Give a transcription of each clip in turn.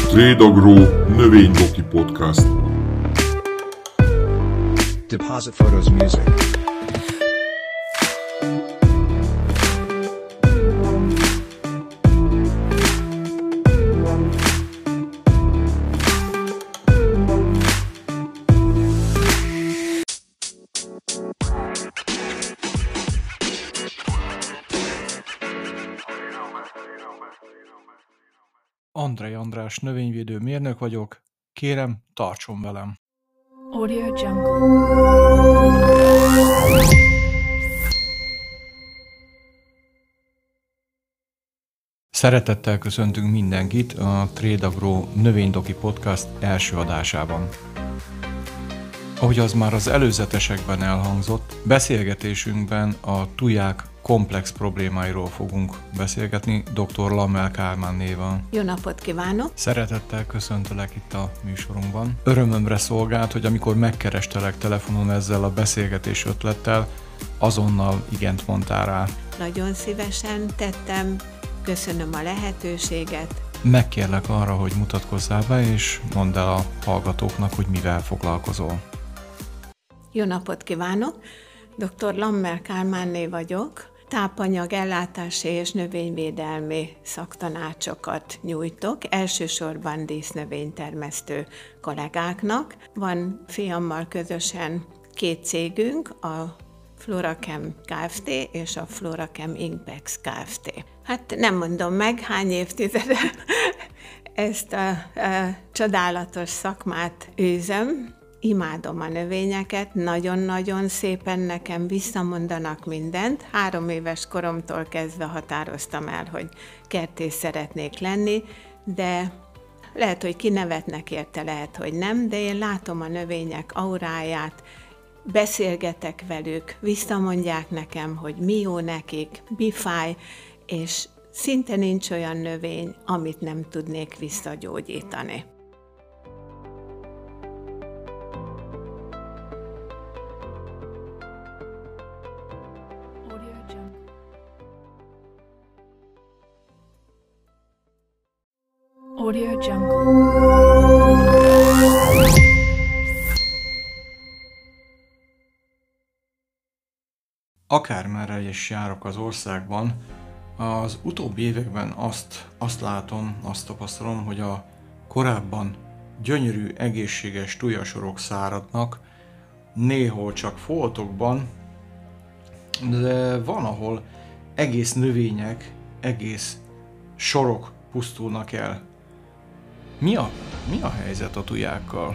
Strédagro növénydoki podcast. Deposit Photos Music. Andrej András növényvédő mérnök vagyok, kérem, tartson velem! Audio Jungle. Szeretettel köszöntünk mindenkit a Strédagro növénydoki podcast első adásában. Ahogy az már az előzetesekben elhangzott, beszélgetésünkben a tuják komplex problémáiról fogunk beszélgetni dr. Lammel Kálmánnéval. Jó napot kívánok! Szeretettel köszöntelek itt a műsorunkban. Örömömre szolgált, hogy amikor megkerestelek telefonon ezzel a beszélgetés ötlettel, azonnal igent mondtál rá. Nagyon szívesen tettem, köszönöm a lehetőséget. Megkérlek arra, hogy mutatkozzál be, és mondd el a hallgatóknak, hogy mivel foglalkozol. Jó napot kívánok! Dr. Lammel Kálmánné vagyok. Tápanyag ellátási és növényvédelmi szaktanácsokat nyújtok, elsősorban dísznövénytermesztő kollégáknak. Van fiammal közösen 2 cégünk, a Florachem Kft. És a Florachem Impex Kft. Hát nem mondom meg, hány évtizede ezt a csodálatos szakmát űzöm. Imádom a növényeket, nagyon-nagyon szépen nekem visszamondanak mindent. 3 éves koromtól kezdve határoztam el, hogy kertész szeretnék lenni, de lehet, hogy kinevetnek érte, lehet, hogy nem, de én látom a növények auráját, beszélgetek velük, visszamondják nekem, hogy mi jó nekik, mi fáj, és szinte nincs olyan növény, amit nem tudnék visszagyógyítani. Audio Jungle. Akármerre is járok az országban, az utóbbi években azt látom, azt tapasztalom, hogy a korábban gyönyörű, egészséges tujasorok száradnak, néhol csak foltokban, de van, ahol egész növények, egész sorok pusztulnak el. Mi a helyzet a tujákkal?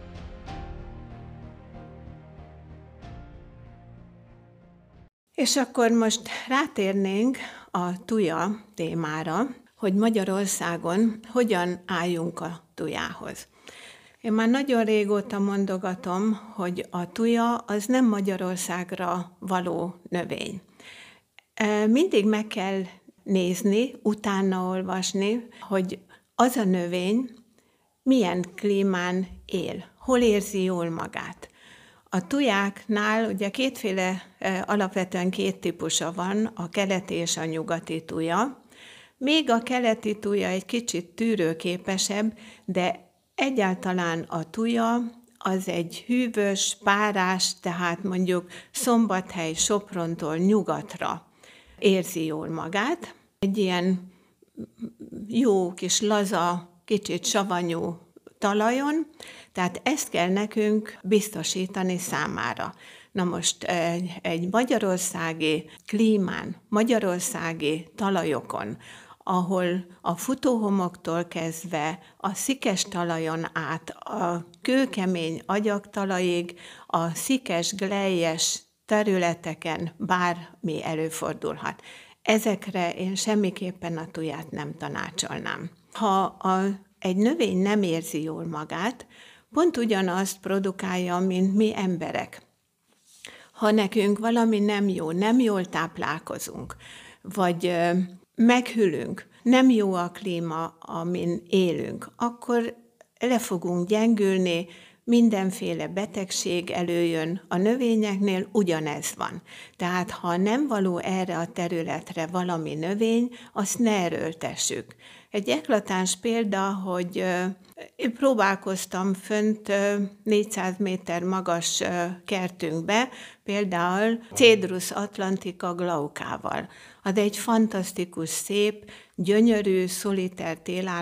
És akkor most rátérnénk a tuja témára, hogy Magyarországon hogyan álljunk a tujához. Én már nagyon régóta mondogatom, hogy a tuja az nem Magyarországra való növény. Mindig meg kell nézni, utána olvasni, hogy az a növény milyen klímán él, hol érzi jól magát. A tujáknál ugye alapvetően 2 típusa van, a keleti és a nyugati tuja. Még a keleti tuja egy kicsit tűrőképesebb, de egyáltalán a tuja az egy hűvös, párás, tehát mondjuk Szombathely, Soprontól nyugatra érzi jól magát. Egy ilyen jó kis laza, kicsit savanyú talajon, tehát ezt kell nekünk biztosítani számára. Na most egy magyarországi klímán, magyarországi talajokon, ahol a futóhomoktól kezdve a szikes talajon át, a kőkemény agyagtalajig, a szikes, glejjes területeken bármi előfordulhat. Ezekre én semmiképpen a tuját nem tanácsolnám. Ha egy növény nem érzi jól magát, pont ugyanazt produkálja, mint mi emberek. Ha nekünk valami nem jó, nem jól táplálkozunk, vagy meghűlünk, nem jó a klíma, amin élünk, akkor le fogunk gyengülni, mindenféle betegség előjön, a növényeknél ugyanez van. Tehát ha nem való erre a területre valami növény, azt ne erőltessük. Egy eklatáns példa, hogy én próbálkoztam fönt 400 méter magas kertünkbe, például Cedrus atlantica glaukával. Az egy fantasztikus, szép, gyönyörű, szoliter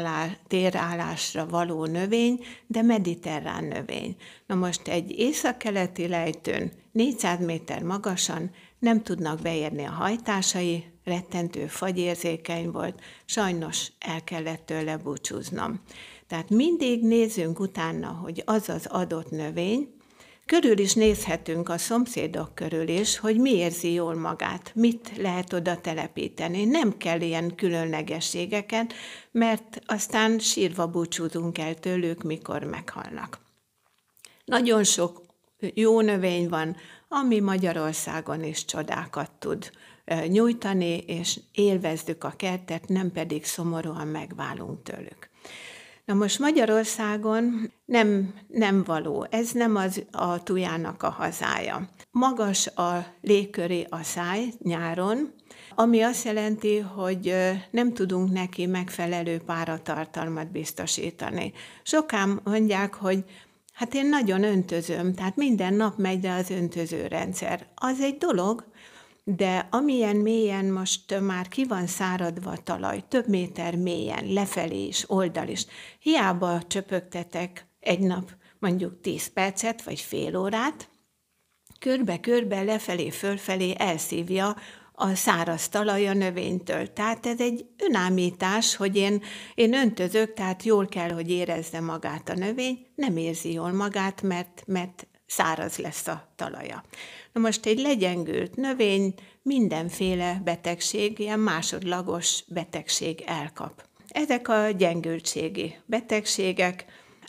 térállásra való növény, de mediterrán növény. Na most egy északkeleti lejtőn 400 méter magasan nem tudnak beérni a hajtásai, rettentő fagyérzékeny volt, sajnos el kellett tőle búcsúznom. Tehát mindig nézzünk utána, hogy az az adott növény, körül is nézhetünk a szomszédok körül is, hogy mi érzi jól magát, mit lehet oda telepíteni. Nem kell ilyen különlegességeket, mert aztán sírva búcsúzunk el tőlük, mikor meghalnak. Nagyon sok jó növény van, ami Magyarországon is csodákat tud nyújtani, és élvezzük a kertet, nem pedig szomorúan megválunk tőlük. Na most Magyarországon nem való, ez nem a tujának a hazája. Magas a légköré a száj nyáron, ami azt jelenti, hogy nem tudunk neki megfelelő páratartalmat biztosítani. Sokan mondják, hogy hát én nagyon öntözöm, tehát minden nap megy le az öntözőrendszer. Az egy dolog, de amilyen mélyen most már ki van száradva a talaj, több méter mélyen, lefelé is, oldal is, hiába csöpögtetek egy nap mondjuk 10 percet vagy fél órát, körbe-körbe, lefelé, fölfelé elszívja a száraz talaj a növénytől. Tehát ez egy önállítás, hogy én öntözök, tehát jól kell, hogy érezze magát a növény, nem érzi jól magát, mert száraz lesz a talaja. Na most egy legyengült növény mindenféle betegség, ilyen másodlagos betegség elkap. Ezek a gyengültségi betegségek,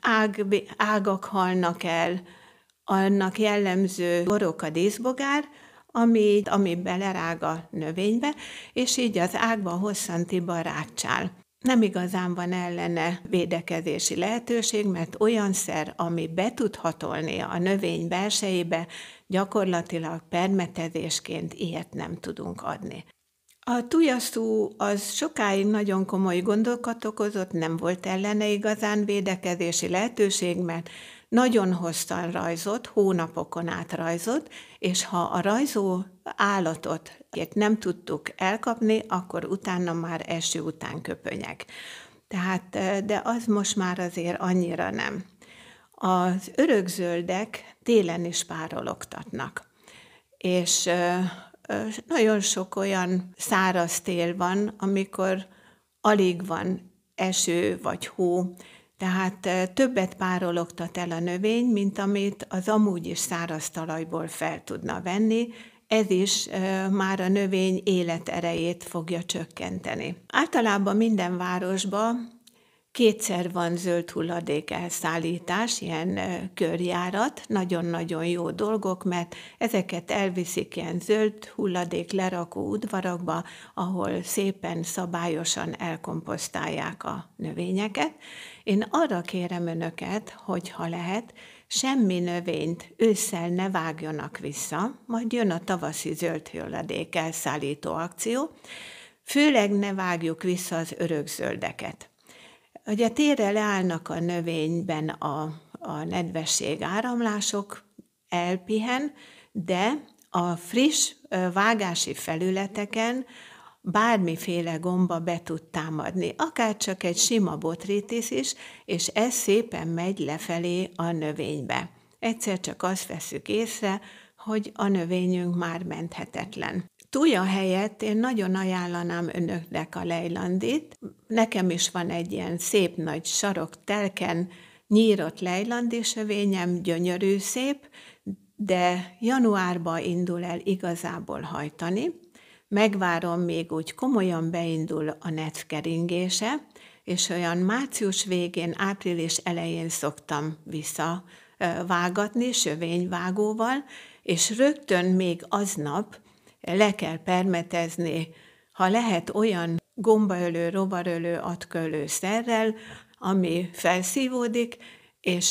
ágak halnak el, annak jellemző borok a díszbogár, ami belerág a növénybe, és így az ágba hosszantiba rákcsál. Nem igazán van ellene védekezési lehetőség, mert olyan szer, ami be tud hatolni a növény belsejébe, gyakorlatilag permetezésként ilyet nem tudunk adni. A tujaszú az sokáig nagyon komoly gondokat okozott, nem volt ellene igazán védekezési lehetőség, mert nagyon hosszan rajzott, hónapokon át rajzott, és ha a rajzó állatot nem tudtuk elkapni, akkor utána már eső után köpönyeg. Tehát, de az most már azért annyira nem. Az örökzöldek télen is párologtatnak, és nagyon sok olyan száraz tél van, amikor alig van eső vagy hó, tehát többet párologtat el a növény, mint amit az amúgy is száraz talajból fel tudna venni, ez is már a növény életerejét fogja csökkenteni. Általában minden városban kétszer van zöld hulladék elszállítás, ilyen körjárat, nagyon-nagyon jó dolgok, mert ezeket elviszik ilyen zöld hulladék lerakó udvarakba, ahol szépen, szabályosan elkomposztálják a növényeket. Én arra kérem önöket, hogy ha lehet, semmi növényt ősszel ne vágjanak vissza, majd jön a tavaszi zöld hulladék elszállító akció, főleg ne vágjuk vissza az örökzöldeket. Ugye térre leállnak a növényben a nedvesség áramlások, elpihen, de a friss vágási felületeken bármiféle gomba be tud támadni, akár csak egy sima botrytis is, és ez szépen megy lefelé a növénybe. Egyszer csak azt veszük észre, hogy a növényünk már menthetetlen. Tuja helyett én nagyon ajánlanám önöknek a lejlandit. Nekem is van egy ilyen szép nagy sarok telken nyírott lejlandi sövényem, gyönyörű szép, de januárban indul el igazából hajtani. Megvárom, még úgy komolyan beindul a netkeringése, és olyan március végén, április elején szoktam visszavágatni sövényvágóval, és rögtön még aznap le kell permetezni, ha lehet olyan gombaölő, rovarölő, atkölő szerrel, ami felszívódik, és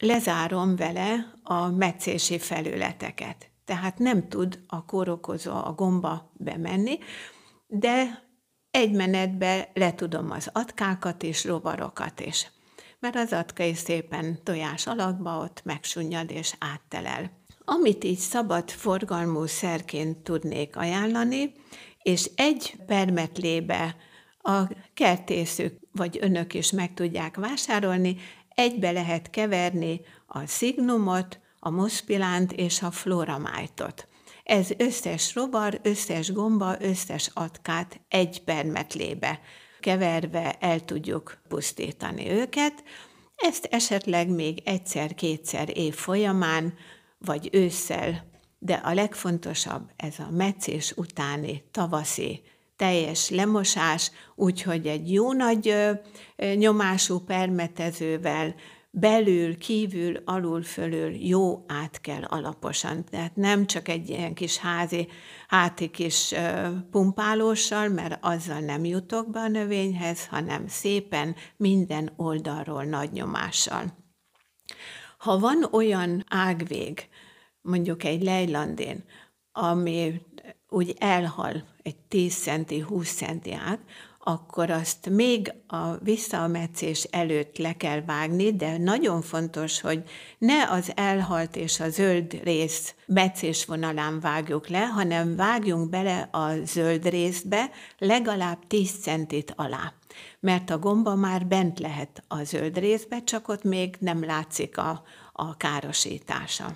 lezárom vele a metszési felületeket. Tehát nem tud a kórokozó, a gomba bemenni, de egy menetbe letudom az atkákat és rovarokat is. Mert az atka is szépen tojás alakba ott megsunnyad és áttelel. Amit így szabad forgalmú szerként tudnék ajánlani, és egy permetlébe a kertészük vagy önök is meg tudják vásárolni, egybe lehet keverni a szignumot, a moszpilánt és a floramájtot. Ez összes rovar, összes gomba, összes atkát egy permetlébe keverve el tudjuk pusztítani őket. Ezt esetleg még egyszer-kétszer év folyamán, vagy ősszel, de a legfontosabb ez a metszés utáni tavaszi teljes lemosás, úgyhogy egy jó nagy nyomású permetezővel belül, kívül, alul, fölül jó át kell alaposan. Tehát nem csak egy ilyen kis háti kis pumpálóssal, mert azzal nem jutok be a növényhez, hanem szépen minden oldalról nagy nyomással. Ha van olyan ágvég, mondjuk egy lejlandén, ami úgy elhal, egy 10 centi, 20 centi ág, akkor azt még a visszametszés előtt le kell vágni, de nagyon fontos, hogy ne az elhalt és a zöld rész metszés vonalán vágjuk le, hanem vágjunk bele a zöld részbe legalább 10 centit alá. Mert a gomba már bent lehet a zöld részbe, csak ott még nem látszik a károsítása.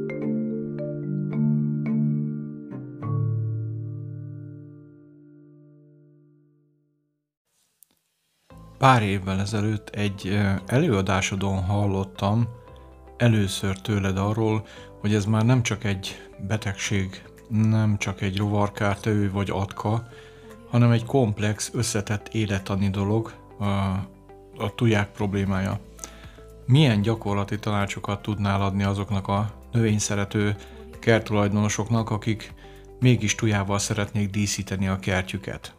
Pár évvel ezelőtt egy előadásodon hallottam először tőled arról, hogy ez már nem csak egy betegség, nem csak egy rovarkártevő vagy atka, hanem egy komplex, összetett élettani dolog, a tuják problémája. Milyen gyakorlati tanácsokat tudnál adni azoknak a növényszerető kerttulajdonosoknak, akik mégis tujával szeretnék díszíteni a kertjüket?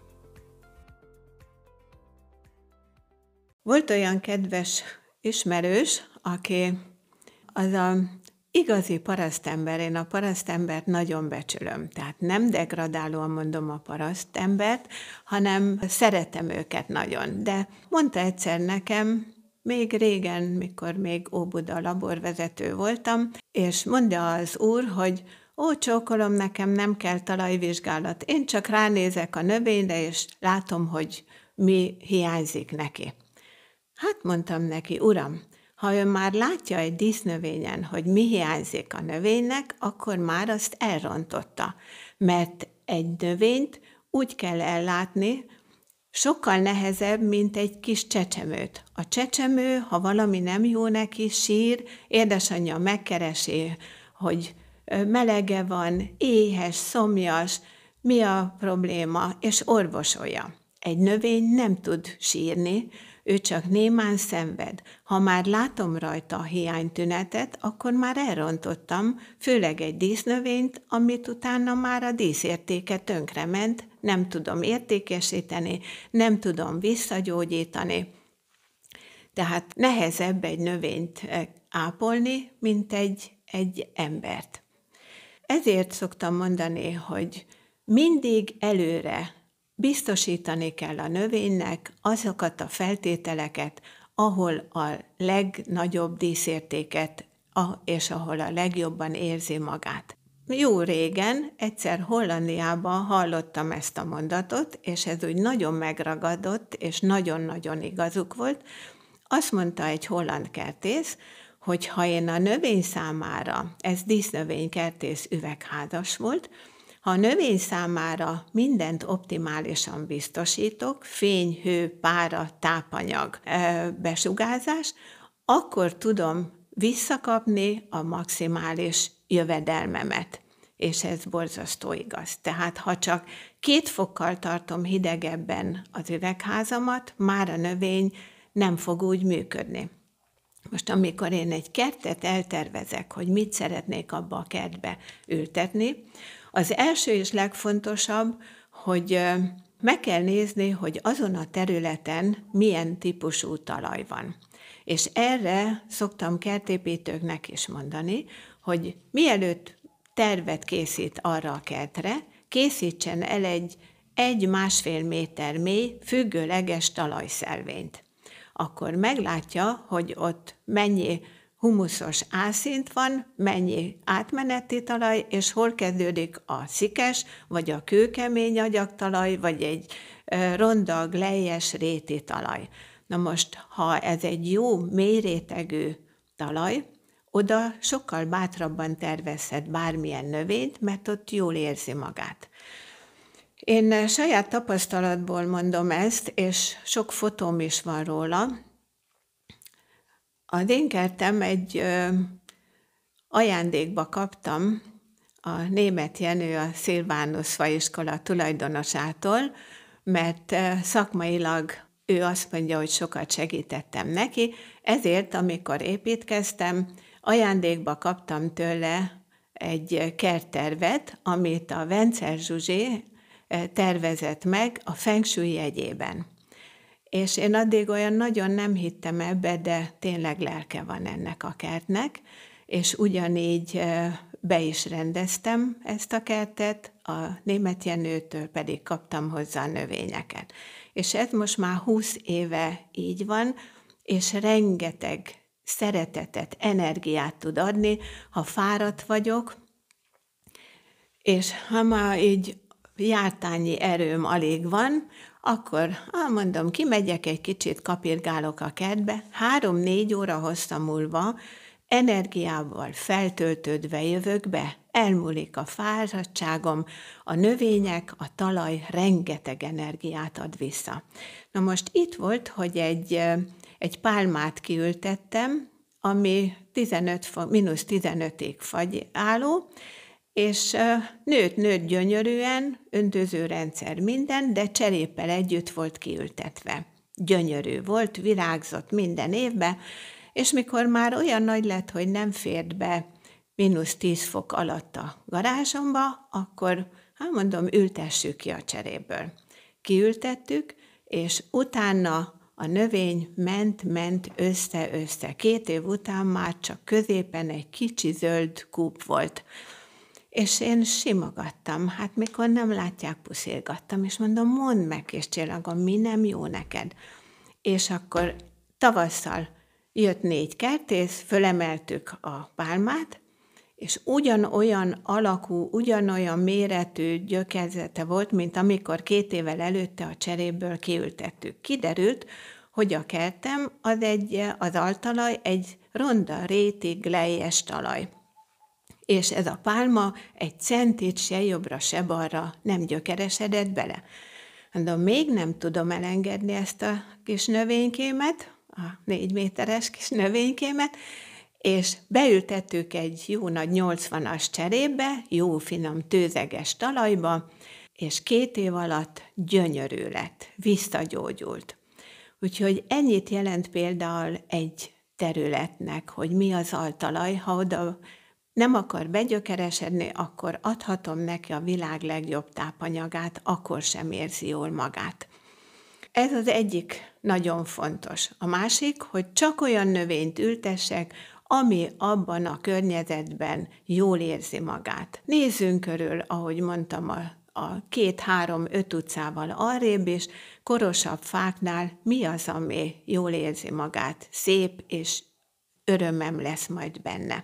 Volt olyan kedves ismerős, aki az a igazi parasztember, én a parasztembert nagyon becsülöm, tehát nem degradálóan mondom a parasztembert, hanem szeretem őket nagyon. De mondta egyszer nekem, még régen, mikor még Óbuda laborvezető voltam, és mondja az úr, hogy csókolom, nekem nem kell talajvizsgálat, én csak ránézek a növényre, és látom, hogy mi hiányzik neki. Hát mondtam neki, uram, ha ön már látja egy dísznövényen, hogy mi hiányzik a növénynek, akkor már azt elrontotta. Mert egy növényt úgy kell ellátni, sokkal nehezebb, mint egy kis csecsemőt. A csecsemő, ha valami nem jó neki, sír, édesanyja megkeresi, hogy melege van, éhes, szomjas, mi a probléma, és orvosolja. Egy növény nem tud sírni, ő csak némán szenved. Ha már látom rajta a hiánytünetet, akkor már elrontottam, főleg egy dísznövényt, amit utána már a díszértéke tönkrement, nem tudom értékesíteni, nem tudom visszagyógyítani. Tehát nehezebb egy növényt ápolni, mint egy embert. Ezért szoktam mondani, hogy mindig előre biztosítani kell a növénynek azokat a feltételeket, ahol a legnagyobb díszértéket és ahol a legjobban érzi magát. Jó régen, egyszer Hollandiában hallottam ezt a mondatot, és ez úgy nagyon megragadott, és nagyon-nagyon igazuk volt. Azt mondta egy holland kertész, hogy ha én a növény számára, ez dísznövénykertész üvegházas volt, ha a növény számára mindent optimálisan biztosítok, fény, hő, pára, tápanyag, besugárzás, akkor tudom visszakapni a maximális jövedelmemet. És ez borzasztó igaz. Tehát ha csak 2 fokkal tartom hidegebben az üvegházamat, már a növény nem fog úgy működni. Most amikor én egy kertet eltervezek, hogy mit szeretnék abba a kertbe ültetni, az első és legfontosabb, hogy meg kell nézni, hogy azon a területen milyen típusú talaj van. És erre szoktam kertépítőknek is mondani, hogy mielőtt tervet készít arra a kertre, készítsen el egy 1-1,5 méter mély, függőleges talajszelvényt. Akkor meglátja, hogy ott mennyi humuszos álszint van, mennyi átmeneti talaj, és hol kezdődik a szikes, vagy a kőkemény agyagtalaj, vagy egy ronda, glelyes réti talaj. Na most, ha ez egy jó, mély rétegű talaj, oda sokkal bátrabban tervezhet bármilyen növényt, mert ott jól érzi magát. Én saját tapasztalatból mondom ezt, és sok fotóm is van róla. Az én kertem egy ajándékba kaptam a Németh Jenő, a Szilvánusz Fajiskola tulajdonosától, mert szakmailag ő azt mondja, hogy sokat segítettem neki, ezért, amikor építkeztem, ajándékba kaptam tőle egy kerttervet, amit a Vencel Zsuzsi tervezett meg a Feng Shui jegyében. És én addig olyan nagyon nem hittem ebbe, de tényleg lelke van ennek a kertnek, és ugyanígy be is rendeztem ezt a kertet, a Németh Jenőtől pedig kaptam hozzá a növényeket. És ez most már 20 éve így van, és rengeteg szeretetet, energiát tud adni, ha fáradt vagyok, és ha már így jártányi erőm alig van, akkor mondom, kimegyek egy kicsit, kapirgálok a kertbe, 3-4 óra hossza múlva energiával feltöltődve jövök be, elmúlik a fáradtságom, a növények, a talaj rengeteg energiát ad vissza. Na most itt volt, hogy egy pálmát kiültettem, ami -15-ig fagyálló, és nőtt gyönyörűen, öntözőrendszer minden, de cseréppel együtt volt kiültetve. Gyönyörű volt, virágzott minden évben, és mikor már olyan nagy lett, hogy nem fért be -10 fok alatt a garázsomba, akkor mondom, ültessük ki a cseréből. Kiültettük, és utána a növény ment össze. 2 év után már csak középen egy kicsi zöld kúp volt. És én simogattam, mikor nem látják, puszilgattam, és mondom, mondd meg, kis csillagom, mi nem jó neked. És akkor tavasszal jött 4 kertész, fölemeltük a pálmát, és ugyanolyan alakú, ugyanolyan méretű gyökerzete volt, mint amikor 2 évvel előtte a cseréből kiültettük. Kiderült, hogy a kertem az altalaj egy ronda, réti, glelyes talaj. És ez a pálma 1 centit se jobbra, se balra nem gyökeresedett bele. Mondom, még nem tudom elengedni ezt a kis növénykémet, a 4 méteres kis növénykémet, és beültettük egy jó nagy 80-as cserébe, jó finom tőzeges talajba, és 2 év alatt gyönyörű lett, visszagyógyult. Úgyhogy ennyit jelent például egy területnek, hogy mi az altalaj, ha oda nem akar begyökeresedni, akkor adhatom neki a világ legjobb tápanyagát, akkor sem érzi jól magát. Ez az egyik nagyon fontos. A másik, hogy csak olyan növényt ültessek, ami abban a környezetben jól érzi magát. Nézzünk körül, ahogy mondtam, a 2-3-5 utcával arrébb is, korosabb fáknál mi az, ami jól érzi magát, szép, és örömem lesz majd benne.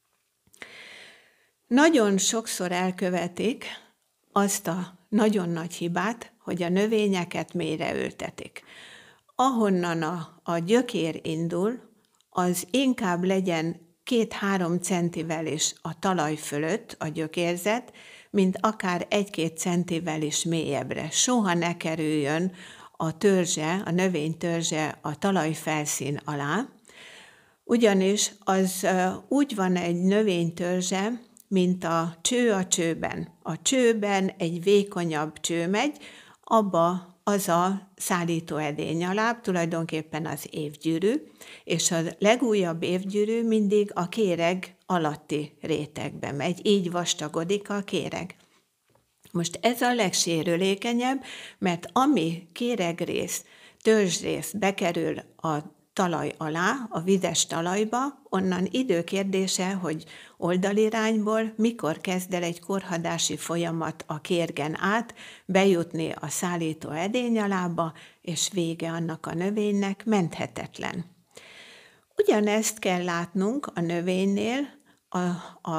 Nagyon sokszor elkövetik azt a nagyon nagy hibát, hogy a növényeket mélyre ültetik. Ahonnan a gyökér indul, az inkább legyen 2-3 centivel is a talaj fölött a gyökérzet, mint akár 1-2 centivel is mélyebbre. Soha ne kerüljön a növény törzse a talajfelszín alá, ugyanis az úgy van egy növény törzse, mint a cső a csőben. A csőben egy vékonyabb cső megy, abba az a szállító edényaláb, tulajdonképpen az évgyűrű, és a legújabb évgyűrű mindig a kéreg alatti rétegbe megy, így vastagodik a kéreg. Most ez a legsérülékenyebb, mert ami kéregrész, törzsrész bekerül a talaj alá, a vizes talajba, onnan időkérdése, hogy oldalirányból mikor kezd el egy korhadási folyamat a kérgen át, bejutni a szállító edényalába, és vége annak a növénynek menthetetlen. Ugyanezt kell látnunk a növénynél, a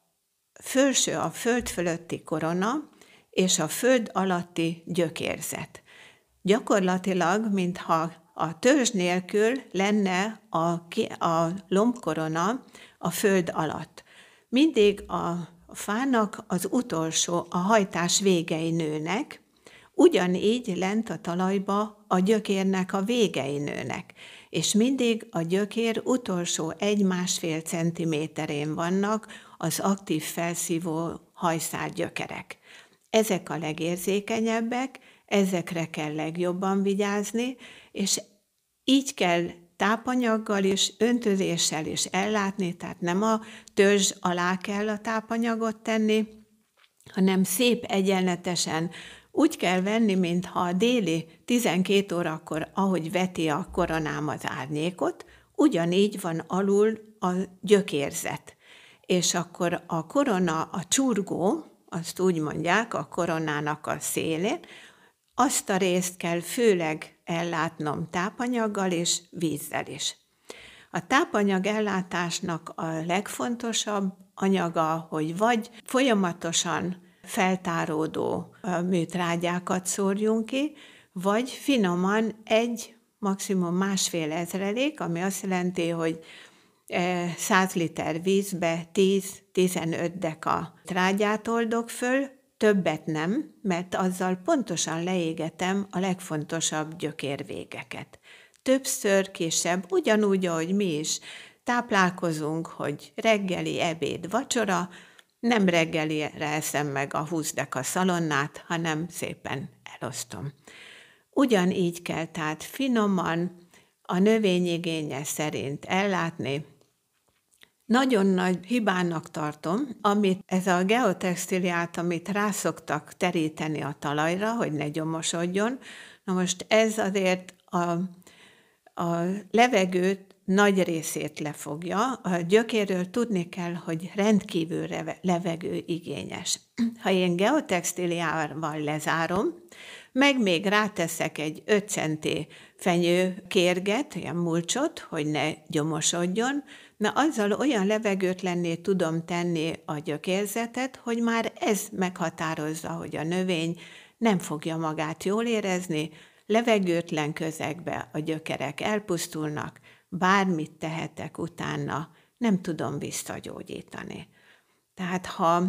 föld fölötti korona és a föld alatti gyökérzet. Gyakorlatilag, mintha a törzs nélkül lenne a lombkorona a föld alatt. Mindig a fának az utolsó, a hajtás végei nőnek, ugyanígy lent a talajba a gyökérnek a végei nőnek, és mindig a gyökér utolsó 1-1,5 centiméterén vannak az aktív felszívó hajszálgyökerek. Ezek a legérzékenyebbek, ezekre kell legjobban vigyázni, és így kell tápanyaggal is, öntözéssel is ellátni, tehát nem a törzs alá kell a tápanyagot tenni, hanem szép egyenletesen úgy kell venni, mintha déli 12 órakor, ahogy veti a koronám az árnyékot, ugyanígy van alul a gyökérzet. És akkor a korona, a csurgó, azt úgy mondják, a koronának a szélén, azt a részt kell főleg ellátnom tápanyaggal és vízzel is. A tápanyag ellátásnak a legfontosabb anyaga, hogy vagy folyamatosan feltáródó műtrágyákat szórjunk ki, vagy finoman 1, maximum 1,5 ezrelék, ami azt jelenti, hogy 100 liter vízbe 10-15 deka trágyát oldok föl, többet nem, mert azzal pontosan leégetem a legfontosabb gyökérvégeket. Többször, kisebb, ugyanúgy, ahogy mi is táplálkozunk, hogy reggeli, ebéd, vacsora, nem reggelire eszem meg a 20 deka szalonnát, hanem szépen elosztom. Ugyanígy kell tehát finoman, a növényigénye szerint ellátni. Nagyon nagy hibának tartom, amit ez a geotextiliát, amit rászoktak teríteni a talajra, hogy ne gyomosodjon. Na most ez azért a levegőt nagy részét lefogja. A gyökéről tudni kell, hogy rendkívül levegőigényes. Ha én geotextiliával lezárom, meg még ráteszek egy 5 centi fenyőkérget, ilyen mulcsot, hogy ne gyomosodjon, na azzal olyan levegőtlenné tudom tenni a gyökérzetet, hogy már ez meghatározza, hogy a növény nem fogja magát jól érezni, levegőtlen közegbe a gyökerek elpusztulnak, bármit tehetek utána, nem tudom visszagyógyítani. Tehát ha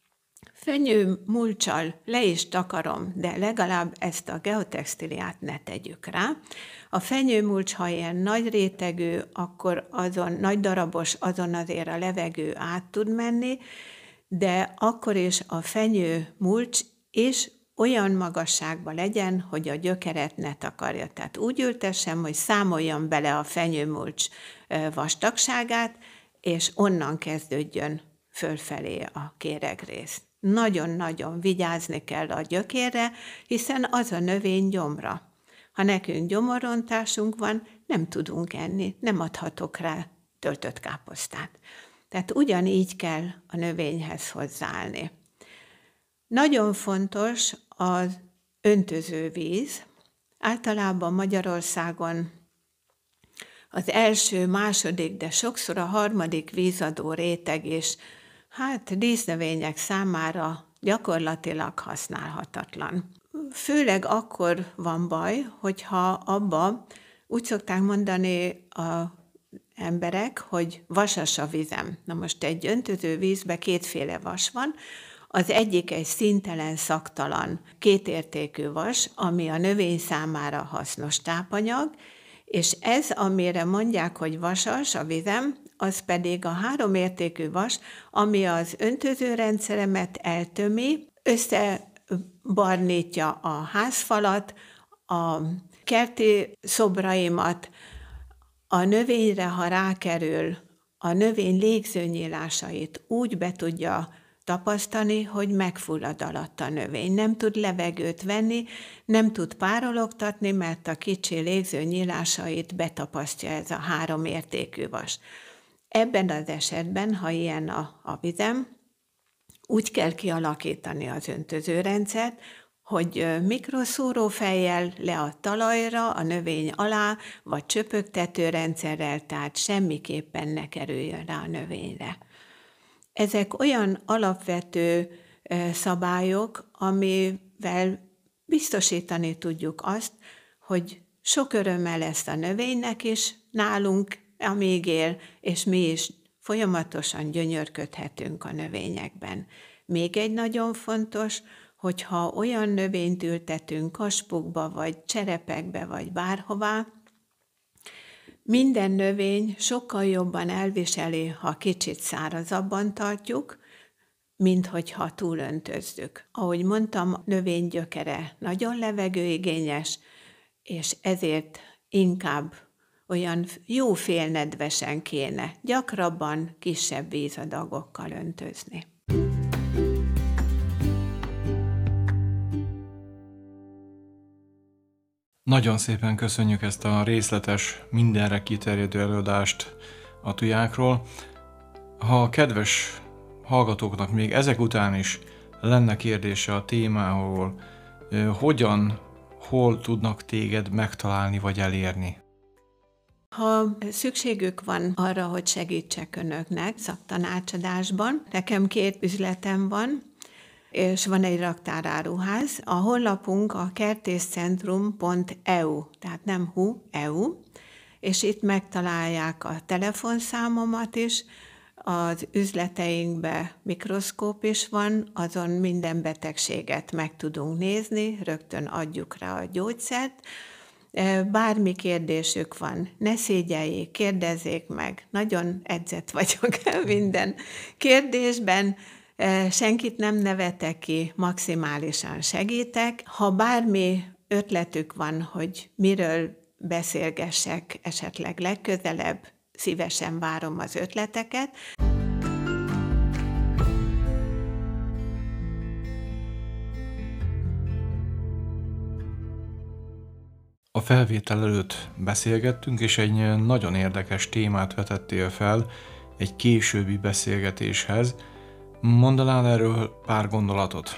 fenyő mulccsal le is takarom, de legalább ezt a geotextiliát ne tegyük rá. A fenyőmulcs, ha ilyen nagy rétegű, akkor azon nagy darabos, azon azért a levegő át tud menni, de akkor is a fenyőmulcs is olyan magasságban legyen, hogy a gyökeret ne takarja. Tehát úgy ültessem, hogy számoljam bele a fenyőmulcs vastagságát, és onnan kezdődjön fölfelé a kéregrész. Nagyon-nagyon vigyázni kell a gyökérre, hiszen az a növény gyomra. Ha nekünk gyomorrontásunk van, nem tudunk enni, nem adhatok rá töltött káposztát. Tehát ugyanígy kell a növényhez hozzáállni. Nagyon fontos az öntöző víz. Általában Magyarországon az első, második, de sokszor a harmadik vízadó réteg is, dísznövények számára gyakorlatilag használhatatlan. Főleg akkor van baj, hogyha abba úgy szokták mondani az emberek, hogy vasas a vizem. Na most egy öntöző vízbe 2 vas van, az egyik egy színtelen, szaktalan, kétértékű vas, ami a növény számára hasznos tápanyag, és ez, amire mondják, hogy vasas a vizem, az pedig a 3 értékű vas, ami az öntözőrendszeremet eltömi, összebarnítja a házfalat, a kerti szobraimat, a növényre, ha rákerül, a növény légzőnyílásait úgy be tudja tapasztani, hogy megfullad alatt a növény. Nem tud levegőt venni, nem tud párologtatni, mert a kicsi légzőnyílásait betapasztja ez a 3 értékű vas. Ebben az esetben, ha ilyen a vizem, úgy kell kialakítani az öntözőrendszert, hogy mikroszúrófejjel le a talajra, a növény alá, vagy csöpögtetőrendszerrel, tehát semmiképpen ne kerüljön rá a növényre. Ezek olyan alapvető szabályok, amivel biztosítani tudjuk azt, hogy sok örömmel lesz a növénynek is nálunk, amíg él, és mi is folyamatosan gyönyörködhetünk a növényekben. Még egy nagyon fontos, hogyha olyan növényt ültetünk kaspukba, vagy cserepekbe, vagy bárhová, minden növény sokkal jobban elviseli, ha kicsit szárazabban tartjuk, mint hogyha túlöntözzük. Ahogy mondtam, a növény gyökere nagyon levegőigényes, és ezért inkább olyan jó félnedvesen kéne, gyakrabban kisebb vízadagokkal öntözni. Nagyon szépen köszönjük ezt a részletes, mindenre kiterjedő előadást a tujákról. Ha a kedves hallgatóknak még ezek után is lenne kérdése a témáról, hol tudnak téged megtalálni vagy elérni? Ha szükségük van arra, hogy segítsek önöknek szaktanácsadásban, nekem 2 üzletem van, és van egy raktáráruház. A honlapunk a kertészcentrum.eu, tehát nem EU, és itt megtalálják a telefonszámomat is, az üzleteinkben mikroszkóp is van, azon minden betegséget meg tudunk nézni, rögtön adjuk rá a gyógyszert. Bármi kérdésük van, ne szégyeljék, kérdezzék meg. Nagyon edzett vagyok minden kérdésben, senkit nem nevetek ki, maximálisan segítek. Ha bármi ötletük van, hogy miről beszélgessek esetleg legközelebb, szívesen várom az ötleteket. A felvétel előtt beszélgettünk, és egy nagyon érdekes témát vetettél fel egy későbbi beszélgetéshez. Mondanál erről pár gondolatot?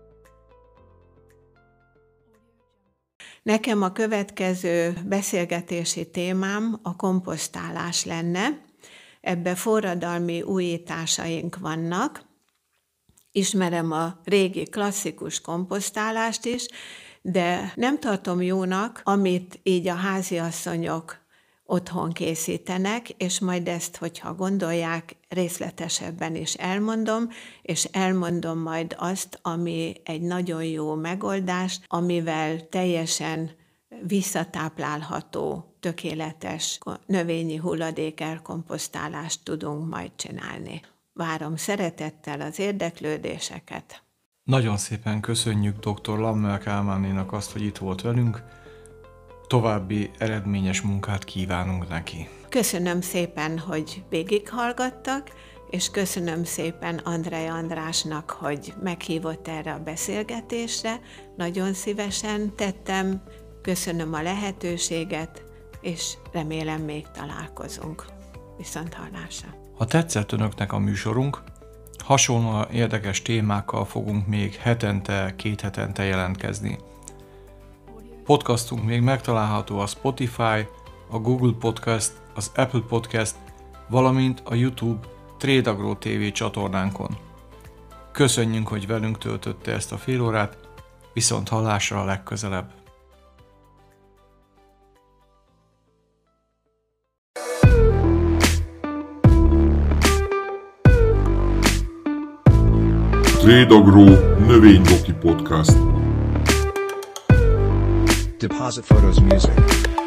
Nekem a következő beszélgetési témám a komposztálás lenne. Ebbe forradalmi újításaink vannak. Ismerem a régi klasszikus komposztálást is, de nem tartom jónak, amit így a háziasszonyok otthon készítenek, és majd ezt, hogyha gondolják, részletesebben is elmondom, és elmondom majd azt, ami egy nagyon jó megoldás, amivel teljesen visszatáplálható, tökéletes növényi hulladék elkomposztálást tudunk majd csinálni. Várom szeretettel az érdeklődéseket. Nagyon szépen köszönjük dr. Lammel Kálmánénak azt, hogy itt volt velünk. További eredményes munkát kívánunk neki. Köszönöm szépen, hogy végighallgattak, és köszönöm szépen Andrej Andrásnak, hogy meghívott erre a beszélgetésre. Nagyon szívesen tettem, köszönöm a lehetőséget, és remélem még találkozunk. Viszonthallásra! Ha tetszett önöknek a műsorunk, hasonló érdekes témákkal fogunk még 2 hetente jelentkezni. Podcastunk még megtalálható a Spotify, a Google Podcast, az Apple Podcast, valamint a YouTube Trédagro TV csatornánkon. Köszönjük, hogy velünk töltötte ezt a fél órát, viszont hallásra a legközelebb. Trédagro növénydoki podcast. Deposit Photos Music.